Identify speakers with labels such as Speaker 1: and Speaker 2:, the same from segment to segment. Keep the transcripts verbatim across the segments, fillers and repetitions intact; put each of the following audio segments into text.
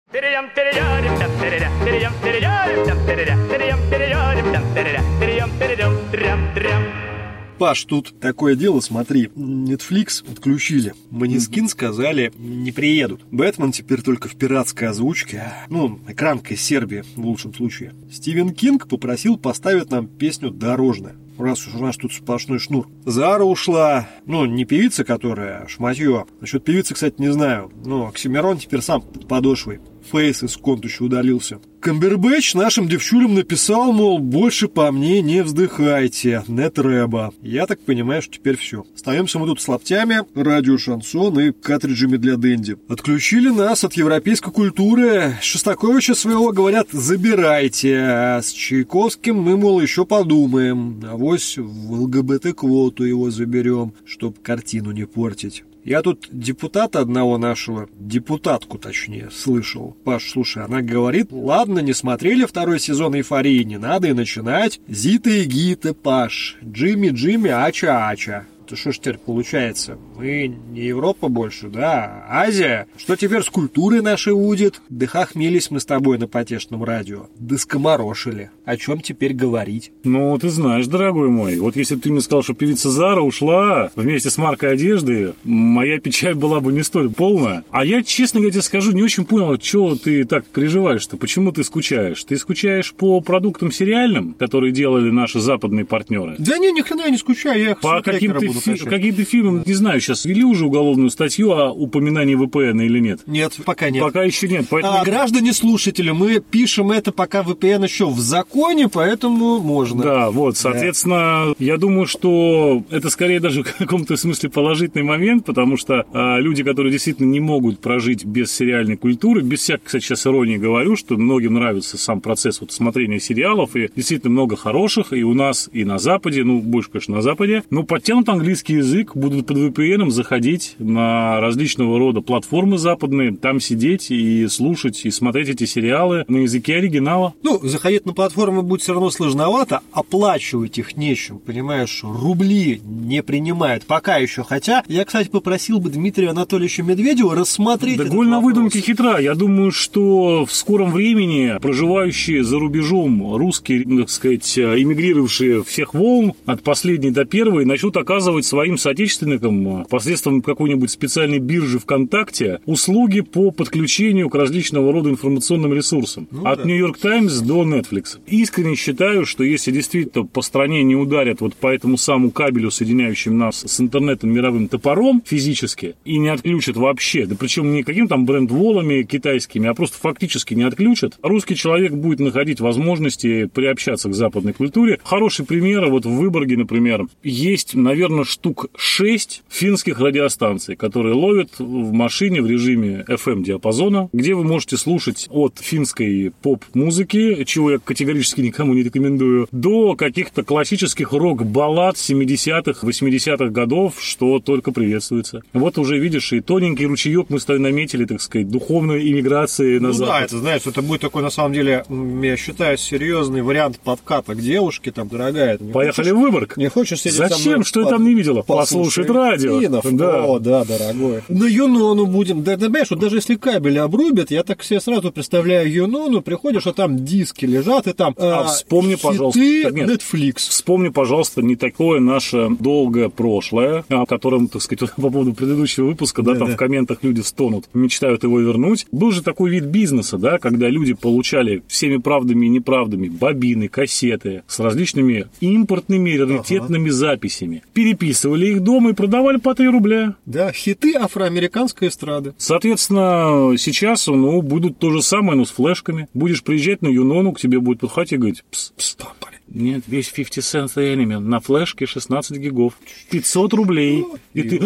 Speaker 1: Паш, тут такое дело, смотри, Netflix отключили, Måneskin сказали, не приедут. Бэтмен теперь только в пиратской озвучке, ну, экранка из Сербии в лучшем случае. Стивен Кинг попросил поставить нам песню «Дорожная». Раз уж у нас тут сплошной шнур. Зара ушла, ну, не певица, которая, а шматье. Насчет певицы, кстати, не знаю. Но Оксимирон теперь сам под подошвой. Фейс из конт еще удалился. Камбербэтч нашим девчулям написал, мол, больше по мне не вздыхайте, не треба. Я так понимаю, что теперь все. Остаемся мы тут с лаптями, радио Шансон и картриджами для Дэнди. Отключили нас от европейской культуры. Шостаковича своего, говорят, забирайте. А с Чайковским мы, мол, еще подумаем. Авось в ЛГБТ-квоту его заберем, чтоб картину не портить. Я тут депутата одного нашего, депутатку точнее, слышал. Паш, слушай, она говорит, ладно, не смотрели второй сезон «Эйфории», не надо и начинать. Зита и Гита, Паш, Джимми, Джимми, Ача, Ача. Это что ж теперь получается? Мы не Европа больше, да? Азия? Что теперь с культурой нашей будет? Да хохмелись мы с тобой на потешном радио. Да скоморошили. О чем теперь говорить?
Speaker 2: Ну, ты знаешь, дорогой мой, вот если бы ты мне сказал, что певица Зара ушла вместе с маркой одежды, моя печаль была бы не столь полная. А я, честно говоря, тебе скажу, не очень понял, чего ты так переживаешь-то, почему ты скучаешь? Ты скучаешь по продуктам сериальным, которые делали наши западные партнеры?
Speaker 1: Да не, ни хрена я не скучаю, я их
Speaker 2: по каким-то Фи- какие-то фильмы, не знаю, сейчас ввели уже уголовную статью о упоминании вэ пэ эн или нет?
Speaker 1: Нет, пока нет.
Speaker 2: Пока еще нет. Поэтому...
Speaker 1: А, граждане-слушатели, мы пишем это, пока вэ пэ эн еще в законе, поэтому можно.
Speaker 2: Да, вот, соответственно, да. Я думаю, что это скорее даже в каком-то смысле положительный момент, потому что а, люди, которые действительно не могут прожить без сериальной культуры, без всякой, кстати, сейчас иронии говорю, что многим нравится сам процесс вот смотрения сериалов, и действительно много хороших, и у нас, и на Западе, ну, больше, конечно, на Западе, но подтянут английский язык, будут под вэ пэ эн заходить на различного рода платформы западные, там сидеть и слушать, и смотреть эти сериалы на языке оригинала.
Speaker 1: Ну, заходить на платформы будет все равно сложновато, оплачивать их нечем, понимаешь, рубли не принимают пока еще, хотя я, кстати, попросил бы Дмитрия Анатольевича Медведева рассмотреть
Speaker 2: да
Speaker 1: этот
Speaker 2: голь на
Speaker 1: вопрос.
Speaker 2: Выдумке хитра. Я думаю, что в скором времени проживающие за рубежом русские, так сказать, эмигрировавшие всех волн от последней до первой, начнут оказывать своим соотечественникам посредством какой-нибудь специальной биржи ВКонтакте услуги по подключению к различного рода информационным ресурсам. Ну, от да. Нью-Йорк Таймс до Netflix. Искренне считаю, что если действительно по стране не ударят вот по этому самому кабелю, соединяющему нас с интернетом мировым топором физически, и не отключат вообще, да причем не каким там бренд-волами китайскими, а просто фактически не отключат, русский человек будет находить возможности приобщаться к западной культуре. Хороший пример, вот в Выборге, например, есть, наверное, штук шесть финских радиостанций, которые ловят в машине в режиме эф эм-диапазона, где вы можете слушать от финской поп-музыки, чего я категорически никому не рекомендую, до каких-то классических рок-баллад семидесятых, восьмидесятых годов, что только приветствуется. Вот уже видишь, и тоненький ручеек мы с тобой наметили, так сказать, духовной иммиграции на
Speaker 1: ну
Speaker 2: Запад.
Speaker 1: Да, это, знаешь, это будет такой, на самом деле, я считаю, серьезный вариант подката к девушке, там, дорогая.
Speaker 2: Поехали
Speaker 1: хочешь,
Speaker 2: в Выборг.
Speaker 1: Не хочешь сидеть
Speaker 2: Зачем?
Speaker 1: со мной
Speaker 2: Что я там не видела? Послушать радио.
Speaker 1: Да. О, да, дорогой. На Юнону будем. Да, да, понимаешь, вот даже если кабель обрубят, я так себе сразу представляю Юнону, приходишь, а там диски лежат, и там
Speaker 2: а, а вспомни,
Speaker 1: хиты
Speaker 2: пожалуйста, нет,
Speaker 1: Netflix.
Speaker 2: Вспомни, пожалуйста, не такое наше долгое прошлое, о котором, так сказать, по поводу предыдущего выпуска, да, да там да. в комментах люди стонут, мечтают его вернуть. Был же такой вид бизнеса, да, когда люди получали всеми правдами и неправдами бобины, кассеты с различными импортными раритетными ага. записями. Переписывали их дома и продавали по три рубля.
Speaker 1: Да, хиты афроамериканской эстрады.
Speaker 2: Соответственно, сейчас, ну, будут то же самое, но с флешками. Будешь приезжать на Юнону, к тебе будет подходить и говорить: пс, пс, пампали. Нет, весь пятьдесят Cent Enemy на флешке шестнадцать гигов. пятьсот рублей. И ты...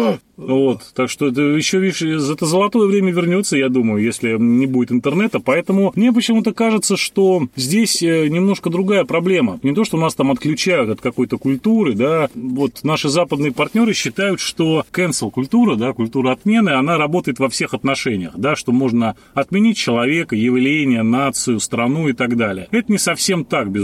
Speaker 2: Вот, так что это еще, видишь, это золотое время вернется, я думаю, если не будет интернета. Поэтому мне почему-то кажется, что здесь немножко другая проблема. Не то, что нас там отключают от какой-то культуры, да. Вот наши западные партнеры считают, что cancel-культура, да, культура отмены, она работает во всех отношениях, да, что можно отменить человека, явление, нацию, страну и так далее. Это не совсем так, безусловно.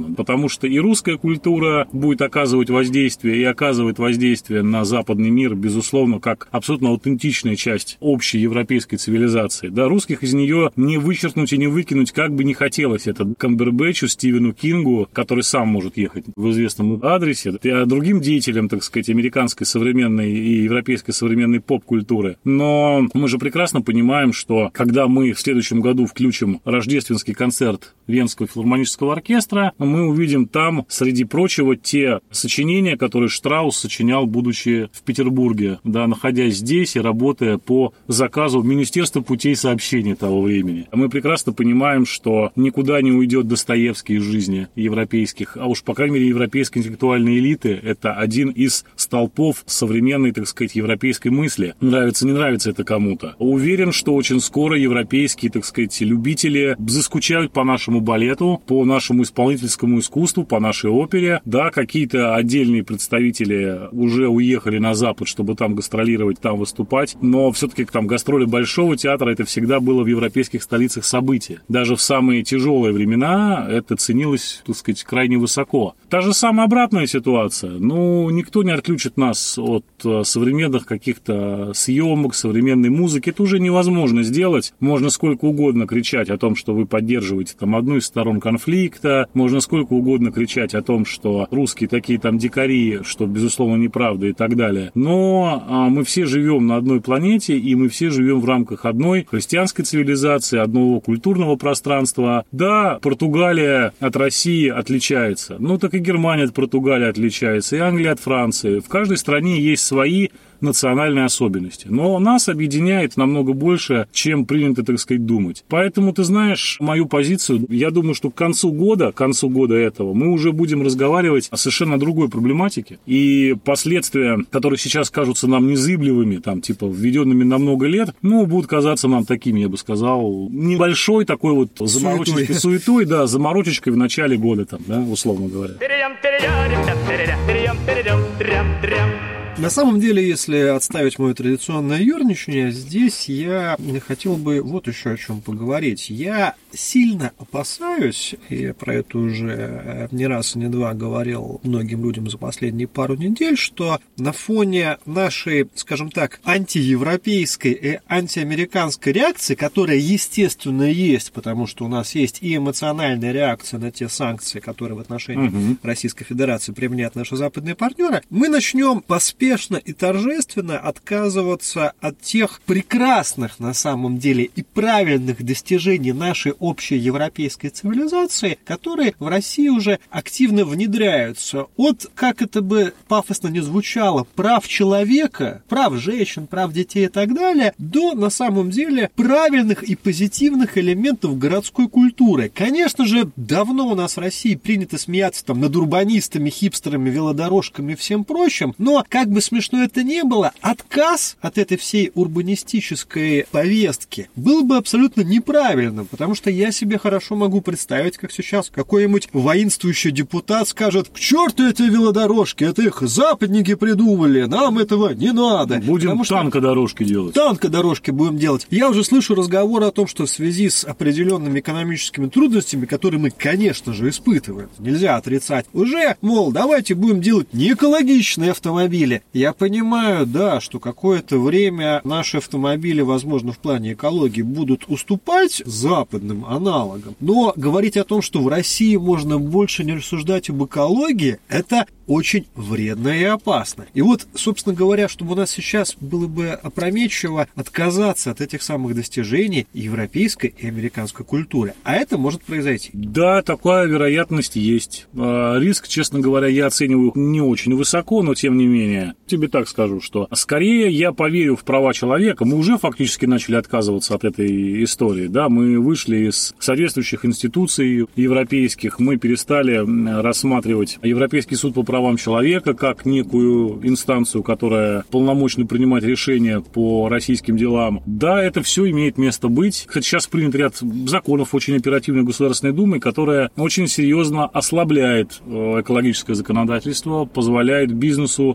Speaker 2: невозможно, потому что и русская культура будет оказывать воздействие, и оказывает воздействие на западный мир, безусловно, как абсолютно аутентичная часть общей европейской цивилизации. Да, русских из нее не вычеркнуть и не выкинуть, как бы не хотелось это Камбербэтчу, Стивену Кингу, который сам может ехать в известном адресе, и другим деятелям, так сказать, американской современной и европейской современной поп-культуры. Но мы же прекрасно понимаем, что когда мы в следующем году включим рождественский концерт Венского филармонического оркестра, мы увидим там, среди прочего, те сочинения, которые Штраус сочинял, будучи в Петербурге, да, находясь здесь и работая по заказу Министерства путей сообщения того времени. Мы прекрасно понимаем, что никуда не уйдет Достоевский из жизни европейских, а уж, по крайней мере, европейской интеллектуальной элиты. Это один из столпов современной, так сказать, европейской мысли. Нравится, не нравится это кому-то. Уверен, что очень скоро европейские, так сказать, любители заскучают по нашему балету, по нашему исполнительскому искусству, по нашей опере. Да, какие-то отдельные представители уже уехали на Запад, чтобы там гастролировать, там выступать, но все-таки там гастроли Большого театра — это всегда было в европейских столицах событие. Даже в самые тяжелые времена это ценилось, так сказать, крайне высоко. Та же самая обратная ситуация. Ну, никто не отключит нас от современных каких-то съемок, современной музыки. Это уже невозможно сделать. Можно сколько угодно кричать о том, что вы поддерживаете там одну из сторон конфликта. Можно сколько угодно кричать о том, что русские такие там дикари, что, безусловно, неправда и так далее. Но а, мы все живем на одной планете, и мы все живем в рамках одной христианской цивилизации, одного культурного пространства. Да, Португалия от России отличается. Ну, так и Германия от Португалии отличается, и Англия от Франции. В каждой стране есть свои национальные особенности. Но нас объединяет намного больше, чем принято, так сказать, думать. Поэтому, ты знаешь, мою позицию, я думаю, что к концу года, к концу года этого, мы уже будем разговаривать о совершенно другой проблематике. И последствия, которые сейчас кажутся нам незыблемыми, там, типа, введенными на много лет, ну, будут казаться нам такими, я бы сказал, небольшой такой вот заморочечкой, суетой, да, заморочечкой в начале года, там, да, условно говоря.
Speaker 1: На самом деле, если отставить мое традиционное ерничание, здесь я хотел бы вот еще о чем поговорить. Я сильно опасаюсь, и про это уже не раз и не два говорил многим людям за последние пару недель, что на фоне нашей, скажем так, антиевропейской и антиамериканской реакции, которая, естественно, есть, потому что у нас есть и эмоциональная реакция на те санкции, которые в отношении угу. Российской Федерации применяют наши западные партнеры, мы начнем поспешно и торжественно отказываться от тех прекрасных, на самом деле, и правильных достижений нашей общей европейской цивилизации, которые в России уже активно внедряются. От, как это бы пафосно не звучало, прав человека, прав женщин, прав детей и так далее, до, на самом деле, правильных и позитивных элементов городской культуры. Конечно же, давно у нас в России принято смеяться там над урбанистами, хипстерами, велодорожками и всем прочим, но, как бы смешно это ни было, отказ от этой всей урбанистической повестки был бы абсолютно неправильным, потому что я себе хорошо могу представить, как сейчас какой-нибудь воинствующий депутат скажет: к черту эти велодорожки, это их западники придумали, нам этого не надо.
Speaker 2: Будем танкодорожки делать.
Speaker 1: Танкодорожки будем делать. Я уже слышу разговоры о том, что в связи с определенными экономическими трудностями, которые мы, конечно же, испытываем, нельзя отрицать, уже, мол, давайте будем делать неэкологичные автомобили. Я понимаю, да, что какое-то время наши автомобили, возможно, в плане экологии будут уступать западным аналогам, но говорить о том, что в России можно больше не рассуждать об экологии, это очень вредно и опасно. И вот, собственно говоря, чтобы у нас сейчас было бы опрометчиво отказаться от этих самых достижений европейской и американской культуры. А это может произойти.
Speaker 2: Да, такая вероятность есть. Риск, честно говоря, я оцениваю не очень высоко, но тем не менее. Тебе так скажу, что скорее я поверю в права человека. Мы уже фактически начали отказываться от этой истории. Да, мы вышли из соответствующих институций европейских, мы перестали рассматривать Европейский суд по правам человека как некую инстанцию, которая полномочна принимать решения по российским делам. Да, это все имеет место быть. Хотя сейчас принят ряд законов очень оперативной Государственной Думы, которая очень серьезно ослабляет экологическое законодательство, позволяет бизнесу, я бы сказал,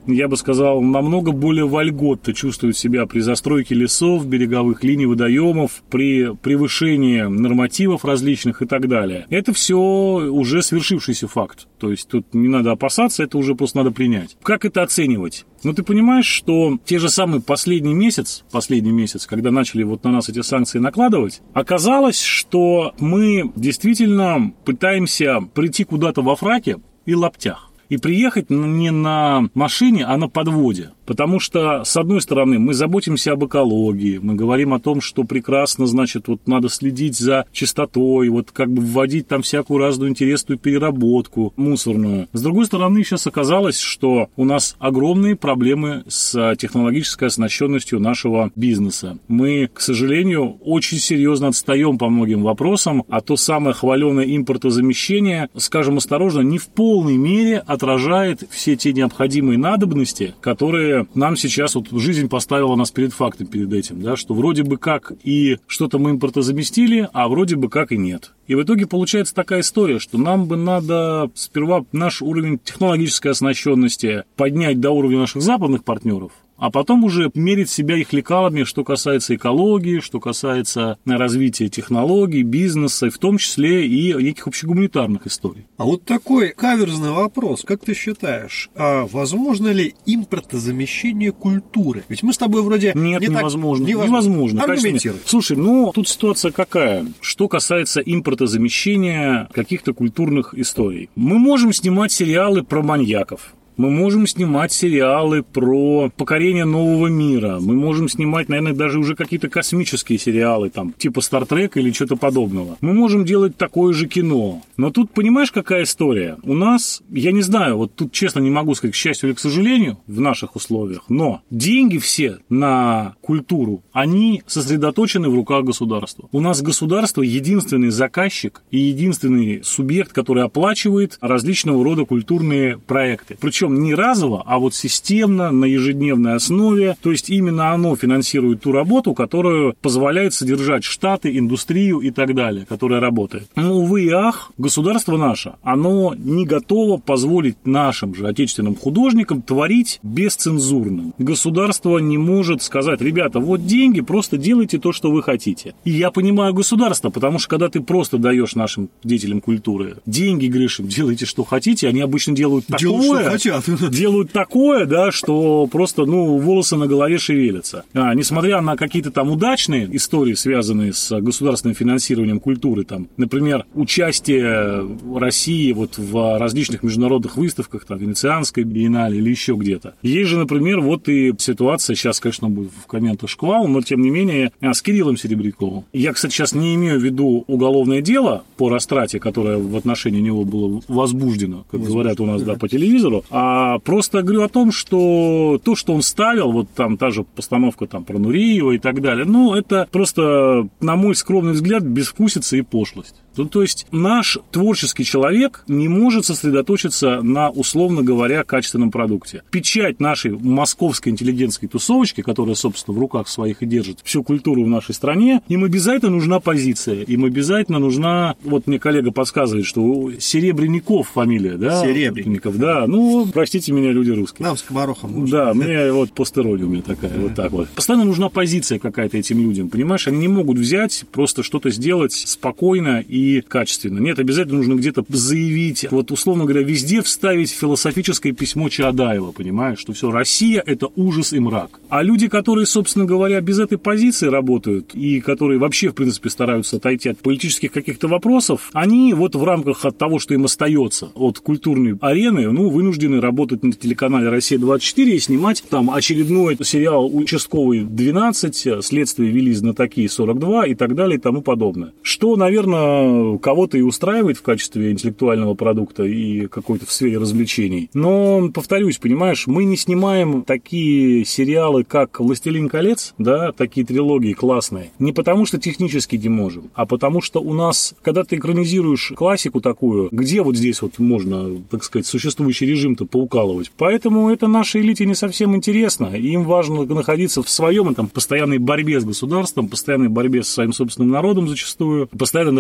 Speaker 2: сказал, намного более вольготно чувствуют себя при застройке лесов, береговых линий, водоемов, при превышении нормативов различных и так далее. Это все уже свершившийся факт. То есть тут не надо опасаться, это уже просто надо принять. Как это оценивать? Ну, ты понимаешь, что те же самые последний месяц, последний месяц, когда начали вот на нас эти санкции накладывать, оказалось, что мы действительно пытаемся прийти куда-то во фраке и лаптях. И приехать не на машине, а на подводе. Потому что, с одной стороны, мы заботимся об экологии, мы говорим о том, что прекрасно, значит, вот надо следить за чистотой, вот как бы вводить там всякую разную интересную переработку мусорную. С другой стороны, сейчас оказалось, что у нас огромные проблемы с технологической оснащенностью нашего бизнеса. Мы, к сожалению, очень серьезно отстаем по многим вопросам, а то самое хваленое импортозамещение, скажем осторожно, не в полной мере отражает все те необходимые надобности, которые нам сейчас вот жизнь поставила нас перед фактом перед этим, да, что вроде бы как и что-то мы импортозаместили, а вроде бы как и нет. И в итоге получается такая история, что нам бы надо сперва наш уровень технологической оснащенности поднять до уровня наших западных партнеров, а потом уже мерить себя их лекалами, что касается экологии, что касается развития технологий, бизнеса, в том числе и неких общегуманитарных историй.
Speaker 1: А вот такой каверзный вопрос. Как ты считаешь, а возможно ли импортозамещение культуры? Ведь мы с тобой вроде...
Speaker 2: Нет,
Speaker 1: не
Speaker 2: невозможно.
Speaker 1: Так...
Speaker 2: Невозможно.
Speaker 1: Аргументируй.
Speaker 2: Слушай, ну, тут ситуация какая? Что касается импортозамещения каких-то культурных историй. Мы можем снимать сериалы про маньяков. Мы можем снимать сериалы про покорение нового мира. Мы можем снимать, наверное, даже уже какие-то космические сериалы, там, типа «Стартрек» или что-то подобного. Мы можем делать такое же кино. Но тут, понимаешь, какая история? У нас, я не знаю, вот тут честно не могу сказать, к счастью или к сожалению, в наших условиях, но деньги все на культуру, они сосредоточены в руках государства. У нас государство единственный заказчик и единственный субъект, который оплачивает различного рода культурные проекты. Причем не разово, а вот системно, на ежедневной основе. То есть именно оно финансирует ту работу, которую позволяет содержать штаты, индустрию и так далее, которая работает. Но, увы и ах, государство наше, оно не готово позволить нашим же отечественным художникам творить бесцензурно. Государство не может сказать: ребята, вот деньги, просто делайте то, что вы хотите. И я понимаю государство, потому что когда ты просто даешь нашим деятелям культуры деньги, говоришь им, делайте, что хотите, они обычно делают такое... Делают такое, да, что просто, ну, волосы на голове шевелятся. А, несмотря на какие-то там удачные истории, связанные с государственным финансированием культуры, там, например, участие России вот в различных международных выставках, там, Венецианской биеннале или еще где-то. Есть же, например, вот и ситуация, сейчас, конечно, будет в комментах шквал, но, тем не менее, с Кириллом Серебряковым. Я, кстати, сейчас не имею в виду уголовное дело по растрате, которое в отношении него было возбуждено, как возбуждено. Говорят у нас, да, по телевизору, а просто говорю о том, что то, что он ставил, вот там та же постановка там про Нуриева и так далее, ну, это просто, на мой скромный взгляд, безвкусица и пошлость. Ну, то есть наш творческий человек не может сосредоточиться на, условно говоря, качественном продукте. Печать нашей московской интеллигентской тусовочки, которая, собственно, в руках своих и держит всю культуру в нашей стране, им обязательно нужна позиция, им обязательно нужна, вот мне коллега подсказывает, что Серебренников фамилия, да?
Speaker 1: Серебренников,
Speaker 2: да, ну, простите меня, люди русские.
Speaker 1: Нам скоморохом.
Speaker 2: Да, мне вот постерония у меня такая, вот так вот. Постоянно нужна позиция какая-то этим людям, понимаешь? Они не могут взять, просто что-то сделать спокойно и и качественно. Нет, обязательно нужно где-то заявить, вот условно говоря, везде вставить философическое письмо Чаадаева, понимаешь, что все, Россия – это ужас и мрак. А люди, которые, собственно говоря, без этой позиции работают и которые вообще, в принципе, стараются отойти от политических каких-то вопросов, они вот в рамках от того, что им остается от культурной арены, ну, вынуждены работать на телеканале «Россия двадцать четыре» и снимать там очередной сериал «Участковый двенадцать», «Следствие вели знатоки сорок два» и так далее и тому подобное. Что, наверное, кого-то и устраивает в качестве интеллектуального продукта и какой-то в сфере развлечений. Но, повторюсь, понимаешь, мы не снимаем такие сериалы, как «Властелин колец», да, такие трилогии классные, не потому что технически не можем, а потому что у нас, когда ты экранизируешь классику такую, где вот здесь вот можно, так сказать, существующий режим-то поукалывать. Поэтому это нашей элите не совсем интересно. Им важно находиться в своем там постоянной борьбе с государством, постоянной борьбе со своим собственным народом зачастую, постоянно находясь вот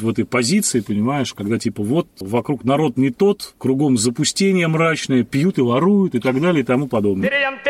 Speaker 2: вот в этой позиции, понимаешь, когда типа вот вокруг народ не тот, кругом запустение мрачное, пьют и воруют и так далее и тому подобное.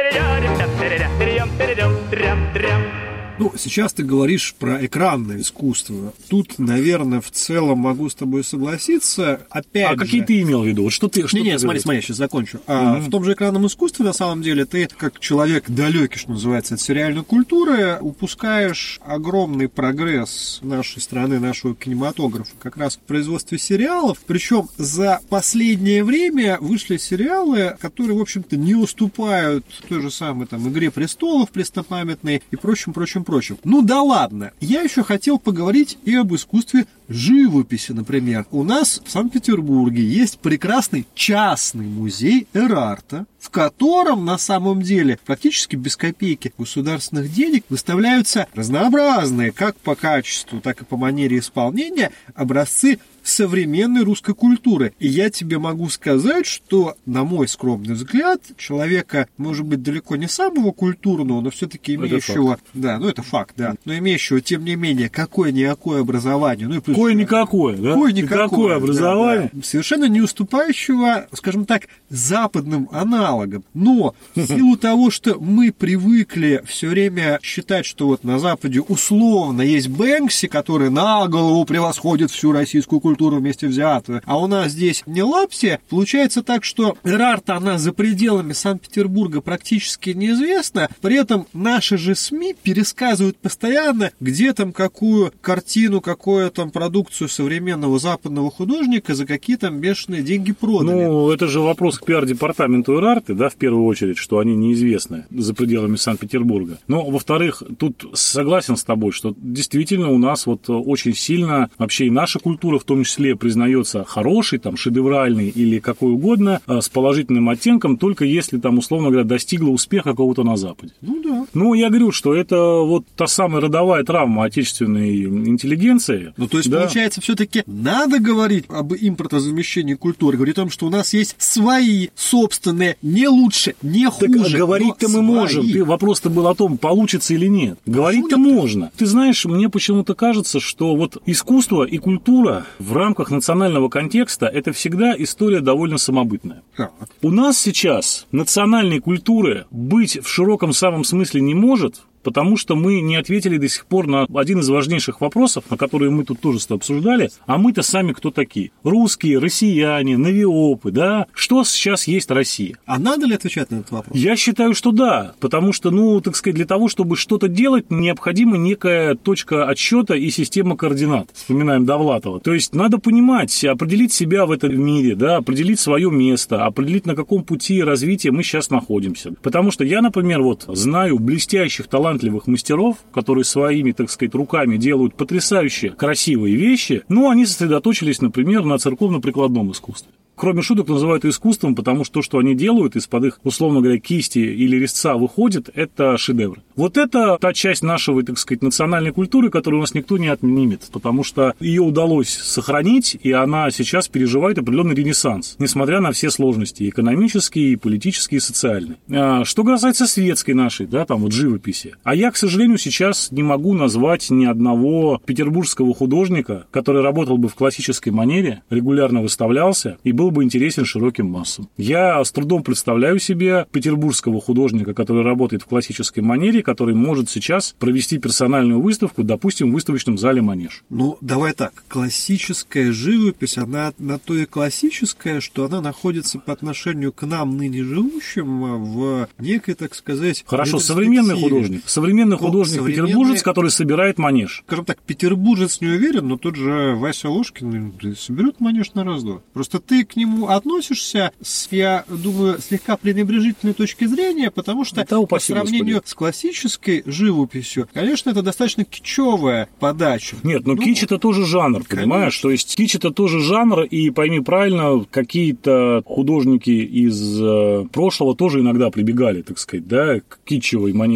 Speaker 1: Ну, сейчас ты говоришь про экранное искусство. Тут, наверное, в целом могу с тобой согласиться. Опять
Speaker 2: а
Speaker 1: же...
Speaker 2: какие ты имел в виду? Вот что ты... Что
Speaker 1: не, не,
Speaker 2: ты
Speaker 1: смотри,
Speaker 2: говоришь?
Speaker 1: смотри, я сейчас закончу. А,
Speaker 2: Mm-hmm.
Speaker 1: В том же экранном искусстве, на самом деле, ты, как человек далекий, что называется, от сериальной культуры, упускаешь огромный прогресс нашей страны, нашего кинематографа, как раз в производстве сериалов. Причем за последнее время вышли сериалы, которые, в общем-то, не уступают той же самой там «Игре престолов» преснопамятной и прочим, прочим, прочим. Ну да ладно. Я еще хотел поговорить и об искусстве живописи, например. У нас в Санкт-Петербурге есть прекрасный частный музей эр-арта, в котором на самом деле практически без копейки государственных денег выставляются разнообразные, как по качеству, так и по манере исполнения, образцы современной русской культуры. И я тебе могу сказать, что, на мой скромный взгляд, человека, может быть, далеко не самого культурного, но все-таки имеющего... Да, ну это факт, да. Но имеющего, тем не менее, какое-никакое образование. Ну, и плюс,
Speaker 2: Кое-никакое, да?
Speaker 1: Кое-никакое.
Speaker 2: Какое образование?
Speaker 1: Да, да. Совершенно не уступающего, скажем так, западным аналогам. Но в силу того, что мы привыкли все время считать, что вот на Западе условно есть Бэнкси, который на голову превосходит всю российскую культуру, культуру вместе взятую, а у нас здесь не лапси, получается так, что эр-арт, она за пределами Санкт-Петербурга практически неизвестна, при этом наши же СМИ пересказывают постоянно, где там какую картину, какую там продукцию современного западного художника за какие там бешеные деньги продали.
Speaker 2: Ну, это же вопрос к пиар-департаменту эр-арты, да, в первую очередь, что они неизвестны за пределами Санкт-Петербурга. Но, во-вторых, тут согласен с тобой, что действительно у нас вот очень сильно вообще и наша культура в том числе признается хороший, там, шедевральный или какой угодно, с положительным оттенком, только если там, условно говоря, достигла успеха какого-то на Западе.
Speaker 1: Ну да.
Speaker 2: Ну, я говорю, что это вот та самая родовая травма отечественной интеллигенции.
Speaker 1: Ну, то есть,
Speaker 2: да.
Speaker 1: Получается, все-таки надо говорить об импортозамещении культуры, говорить о том, что у нас есть свои собственные, не лучше, не хуже.
Speaker 2: Так говорить-то мы
Speaker 1: свои.
Speaker 2: можем. Ты, вопрос-то был о том, получится или нет. Говорить-то можно. Ты знаешь, мне почему-то кажется, что вот искусство и культура в рамках национального контекста это всегда история довольно самобытная.
Speaker 1: Так.
Speaker 2: У нас сейчас национальной культуры быть в широком самом смысле не может, потому что мы не ответили до сих пор на один из важнейших вопросов, на которые мы тут тоже с тобой обсуждали, а мы-то сами кто такие? Русские, россияне, навиопы, да? Что сейчас есть Россия?
Speaker 1: А надо ли отвечать на этот вопрос?
Speaker 2: Я считаю, что да, потому что, ну, так сказать, для того, чтобы что-то делать, необходима некая точка отсчета и система координат. Вспоминаем Довлатова. То есть надо понимать, определить себя в этом мире, да, определить свое место, определить, на каком пути развития мы сейчас находимся. Потому что я, например, вот знаю блестящих талантливых талантливых мастеров, которые своими, так сказать, руками делают потрясающе красивые вещи, но они сосредоточились, например, на церковно-прикладном искусстве. Кроме шуток, называют искусством, потому что то, что они делают, из-под их, условно говоря, кисти или резца выходит, это шедевр. Вот это та часть нашего, так сказать, национальной культуры, которую у нас никто не отнимет, потому что ее удалось сохранить, и она сейчас переживает определенный ренессанс, несмотря на все сложности, экономические, и политические, и социальные. А что касается светской нашей, да, там вот живописи, а я, к сожалению, сейчас не могу назвать ни одного петербургского художника, который работал бы в классической манере, регулярно выставлялся и был бы интересен широким массам. Я с трудом представляю себе петербургского художника, который работает в классической манере, который может сейчас провести персональную выставку, допустим, в выставочном зале «Манеж».
Speaker 1: Ну, давай так. Классическая живопись, она на то и классическая, что она находится по отношению к нам, ныне живущим, в некой, так сказать...
Speaker 2: Хорошо, современный художник. Современный ну, художник современный... петербуржец, который собирает «Манеж».
Speaker 1: Скажем так, петербуржец не уверен, но тот же Вася Ложкин соберет «Манеж» на раз-два. Просто ты к нему относишься с, я думаю, слегка пренебрежительной точки зрения, потому что
Speaker 2: да,
Speaker 1: по сравнению Господи. с классической живописью, конечно, это достаточно кичевая подача.
Speaker 2: Нет, но ну, кич это тоже жанр, конечно. Понимаешь? То есть кич это тоже жанр, и пойми правильно, какие-то художники из э, прошлого тоже иногда прибегали, так сказать, да, к кичевой манере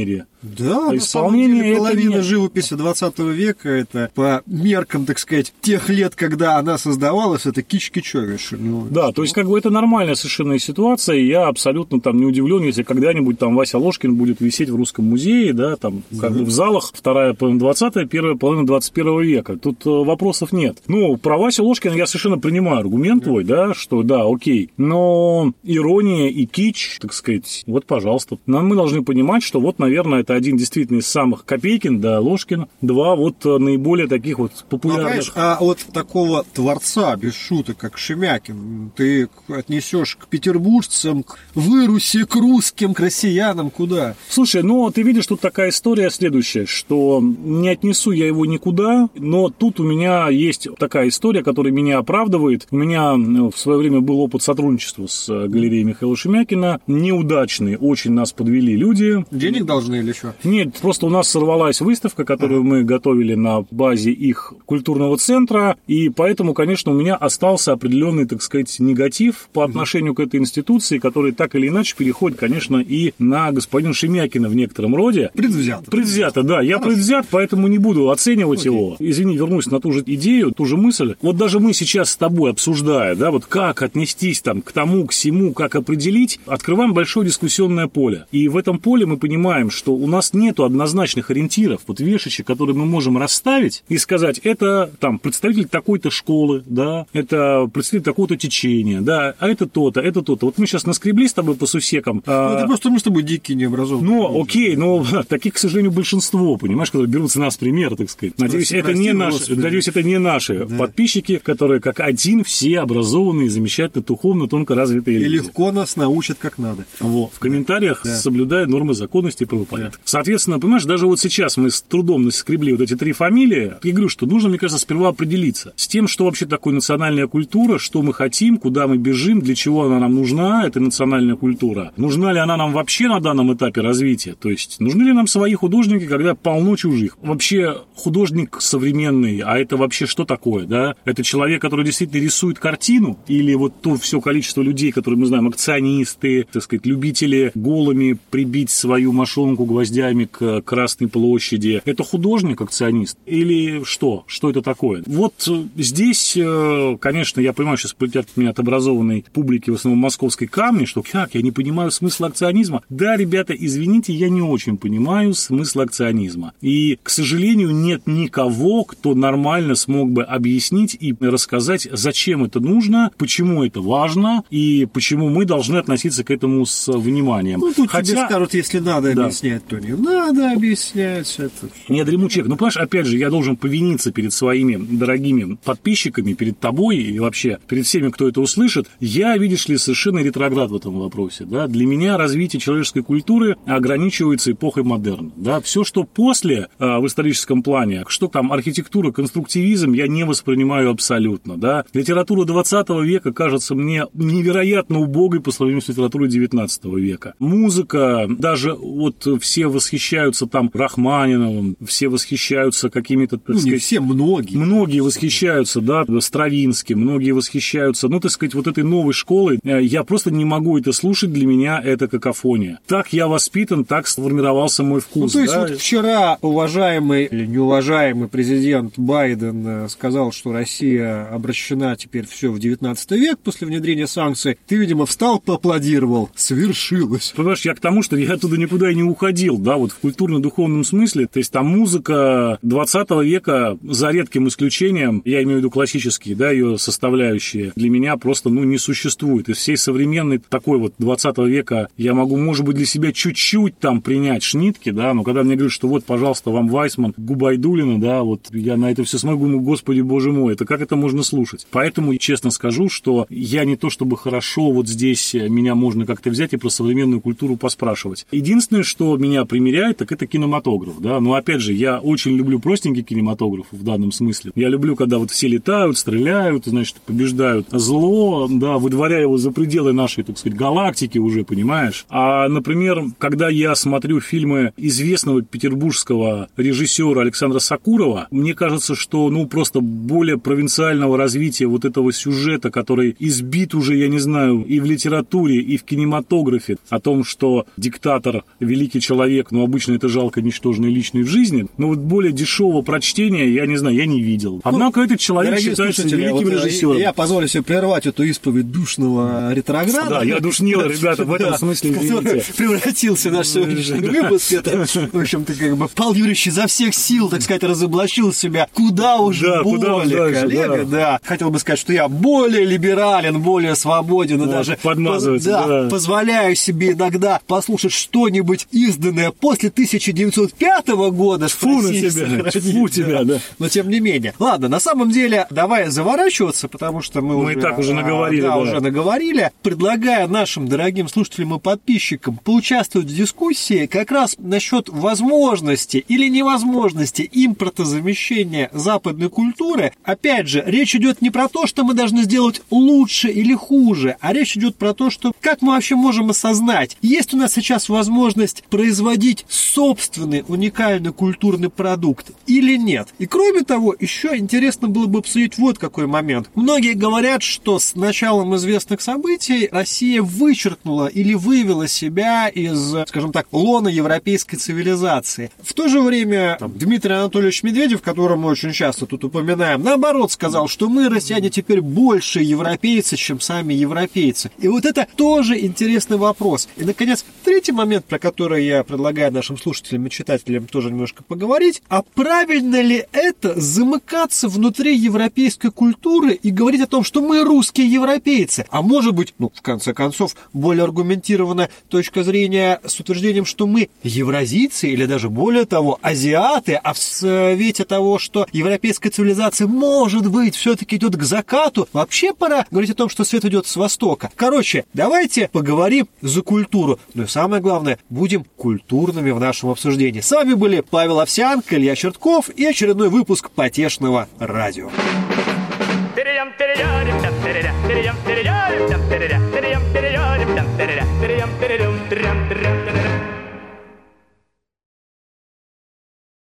Speaker 1: Да, на самом деле половина живописи двадцатого века, это по меркам, так сказать, тех лет, когда она создавалась, это кич-кичевейшее. Ну,
Speaker 2: да, то есть как бы это нормальная совершенно ситуация, и я абсолютно там не удивлен, если когда-нибудь там Вася Ложкин будет висеть в Русском музее, да, там как бы в залах вторая половина двадцатого, первая половина двадцать первого века. Тут вопросов нет. Ну, про Васю Ложкина я совершенно принимаю аргумент твой, да, что да, окей, но ирония и кич, так сказать, вот, пожалуйста. Но мы должны понимать, что вот, наверное, это один действительно из самых Копейкин, да, Ложкин, два вот наиболее таких вот популярных.
Speaker 1: Ну, а вот такого творца, без шуток, как Шемякин, ты отнесешь к петербуржцам, к Вырусе, к русским, к россиянам, куда?
Speaker 2: Слушай, ну, ты видишь, тут такая история следующая, что не отнесу я его никуда, но тут у меня есть такая история, которая меня оправдывает. У меня в свое время был опыт сотрудничества с галереей Михаила Шемякина. Неудачный, очень нас подвели люди.
Speaker 1: Денег должны или что?
Speaker 2: Нет, просто у нас сорвалась выставка, которую мы готовили на базе их культурного центра, и поэтому, конечно, у меня остался определенный, так сказать, негатив по отношению к этой институции, который так или иначе переходит, конечно, и на господина Шемякина в некотором роде.
Speaker 1: Предвзято.
Speaker 2: Предвзято, да. Я Хорошо. предвзят, поэтому не буду оценивать Окей. его. Извини, вернусь на ту же идею, ту же мысль. Вот даже мы сейчас с тобой, обсуждая, да, вот как отнестись там к тому, к сему, как определить, открываем большое дискуссионное поле. И в этом поле мы понимаем, что у нас нету однозначных ориентиров, вот вешечек, которые мы можем расставить и сказать, это там представитель такой-то школы, да, это представитель такого-то течения, да, а это то-то, это то-то. Вот мы сейчас наскребли с тобой по сусекам.
Speaker 1: Ну, а... это просто мы с тобой дикие, необразованные.
Speaker 2: Ну, окей, но таких, к сожалению, большинство, понимаешь, которые берут с нас пример, так сказать. Надеюсь, прости, это прости, не наши, надеюсь, это не наши да. подписчики, которые как один все образованные, замечательно, духовно, тонко развитые люди.
Speaker 1: И легко нас научат как надо.
Speaker 2: Вот. В комментариях да. соблюдая нормы законности и правопорядка. Да. Соответственно, понимаешь, даже вот сейчас мы с трудом наскребли вот эти три фамилии. Я говорю, что нужно, мне кажется, сперва определиться с тем, что вообще такое национальная культура, что мы хотим, куда мы бежим, для чего она нам нужна, эта национальная культура. Нужна ли она нам вообще на данном этапе развития? То есть, нужны ли нам свои художники, когда полно чужих? Вообще, художник современный, а это вообще что такое, да? Это человек, который действительно рисует картину? Или вот то все количество людей, которые мы знаем, акционисты, так сказать, любители голыми прибить свою мошонку гвоздями к Красной площади? Это художник-акционист? Или что? Что это такое? Вот здесь, конечно, я понимаю, сейчас полетят меня от образованной публики, в основном московской камни, что как, я не понимаю смысла акционизма. Да, ребята, извините, я не очень понимаю смысл акционизма. И, к сожалению, нет никого, кто нормально смог бы объяснить и рассказать, зачем это нужно, почему это важно и почему мы должны относиться к этому с вниманием.
Speaker 1: Ну, тут Хотя... тебе скажут, если надо да. объяснять, то не надо объяснять. Это...
Speaker 2: Не дриму чек. Ну, понимаешь, опять же, я должен повиниться перед своими дорогими подписчиками, перед тобой и вообще перед всеми, кто это услышит. Я, видишь ли, совершенно ретроград в этом вопросе. Да? Для меня развитие человеческой культуры ограничивается эпохой модерна. Да? Все, что после э, в историческом плане, что там архитектура, конструктивизм, я не воспринимаю абсолютно. Да? Литература двадцатого века кажется мне невероятно убогой по сравнению с литературой девятнадцатого века. Музыка, даже вот все восхищаются там Рахманиновым, все восхищаются какими-то, так
Speaker 1: ну,
Speaker 2: сказать...
Speaker 1: не все, многие.
Speaker 2: Многие восхищаются, да, Стравинским, многие восхищаются, ну, так сказать, вот этой новой школой. Я просто не могу это слушать, для меня это какофония. Так я воспитан, так сформировался мой вкус.
Speaker 1: Ну, то есть
Speaker 2: да?
Speaker 1: вот вчера уважаемый или неуважаемый президент Байден сказал, что Россия обращена теперь все в девятнадцатый век после внедрения санкций. Ты, видимо, встал, поаплодировал. Свершилось.
Speaker 2: Понимаешь, я к тому, что я оттуда никуда и не уходил, да, вот в культурно-духовном смысле. То есть там музыка двадцатого века, за редким исключением, я имею в виду классические, да, ее составляющие, для меня просто, ну, не существует. Из всей современной такой вот двадцатого века я могу, может быть, для себя чуть-чуть там принять шнитки, да, но когда мне говорят, что вот, пожалуйста, вам Вайсман, Губайдулина, да, вот я на это все смотрю, ну, господи, боже мой, это как это можно слушать? Поэтому, честно скажу, что я не то чтобы хорошо вот здесь меня можно как-то взять и про современную культуру поспрашивать. Единственное, что меня примеряет, так это кинематограф, да, но опять же, я очень люблю простенький кинематограф в данном смысле. Я люблю, когда вот все летают, стреляют, значит, побеждают зло, да, выдворяя его за пределы нашей, так сказать, галактики уже, понимаешь? А, например, когда я смотрю фильмы известного петербургского режиссера Александра Сакурова, мне кажется, что, ну, просто более провинциального развития вот этого сюжета, который избит уже, я не знаю, и в литературе, и в кинематографе, о том, что диктатор, великий человек, человек, но обычно это жалко ничтожной личной в жизни. Но вот более дешевого прочтения, я не знаю, я не видел. Однако ну, этот человек считается великим
Speaker 1: вот
Speaker 2: режиссером.
Speaker 1: Я позволю себе прервать эту исповедь душного ретрограда.
Speaker 2: Да, я душнил, ребята, в этом смысле, извините.
Speaker 1: Превратился в наш сегодняшний выпуск. Это, в общем-то, как бы Павел Юрьевич изо всех сил, так сказать, разоблачил себя куда уже
Speaker 2: да,
Speaker 1: более,
Speaker 2: куда дальше,
Speaker 1: коллега,
Speaker 2: да.
Speaker 1: да. Хотел бы сказать, что я более либерален, более свободен, и
Speaker 2: вот,
Speaker 1: даже
Speaker 2: подмазывается,
Speaker 1: да,
Speaker 2: да.
Speaker 1: позволяю себе иногда послушать что-нибудь изданное после тысяча девятьсот пятого года.
Speaker 2: Фу на тебя, фу тебя, да.
Speaker 1: Но тем не менее. Ладно, на самом деле, давай заворачиваться, потому что мы,
Speaker 2: мы
Speaker 1: уже,
Speaker 2: и так уже наговорили.
Speaker 1: Да,
Speaker 2: да.
Speaker 1: уже наговорили. Предлагаю нашим дорогим слушателям и подписчикам поучаствовать в дискуссии как раз насчет возможности или невозможности импортозамещения западной культуры. Опять же, речь идет не про то, что мы должны сделать лучше или хуже, а речь идет про то, что как мы вообще можем осознать, есть у нас сейчас возможность производить собственный уникальный культурный продукт или нет. И кроме того, еще интересно было бы обсудить вот какой момент. Многие говорят, что с началом известных событий Россия вычеркнула или вывела себя из, скажем так, лона европейской цивилизации. В то же время там, Дмитрий Анатольевич Медведев, которого мы очень часто тут упоминаем, наоборот сказал, что мы, россияне, теперь больше европейцы, чем сами европейцы. И вот это тоже интересный вопрос. И, наконец, третий момент, про который я предлагаю нашим слушателям и читателям тоже немножко поговорить. А правильно ли это замыкаться внутри европейской культуры и говорить о том, что мы русские европейцы? А может быть, ну, в конце концов, более аргументированная точка зрения с утверждением, что мы евразийцы или даже более того, азиаты, а в свете того, что европейская цивилизация, может быть, все-таки идет к закату, вообще пора говорить о том, что свет идет с востока. Короче, давайте поговорим за культуру. Ну и самое главное, будем культурными в нашем обсуждении. С вами были Павел Овсянко, Илья Чертков и очередной выпуск Потешного радио.
Speaker 3: Перейдем, перейдем, перейдем, перейдем, перейдем, перейдем, перейдем, перейдем, перейдем, перейдем, перейдем, перейдем, перейдем.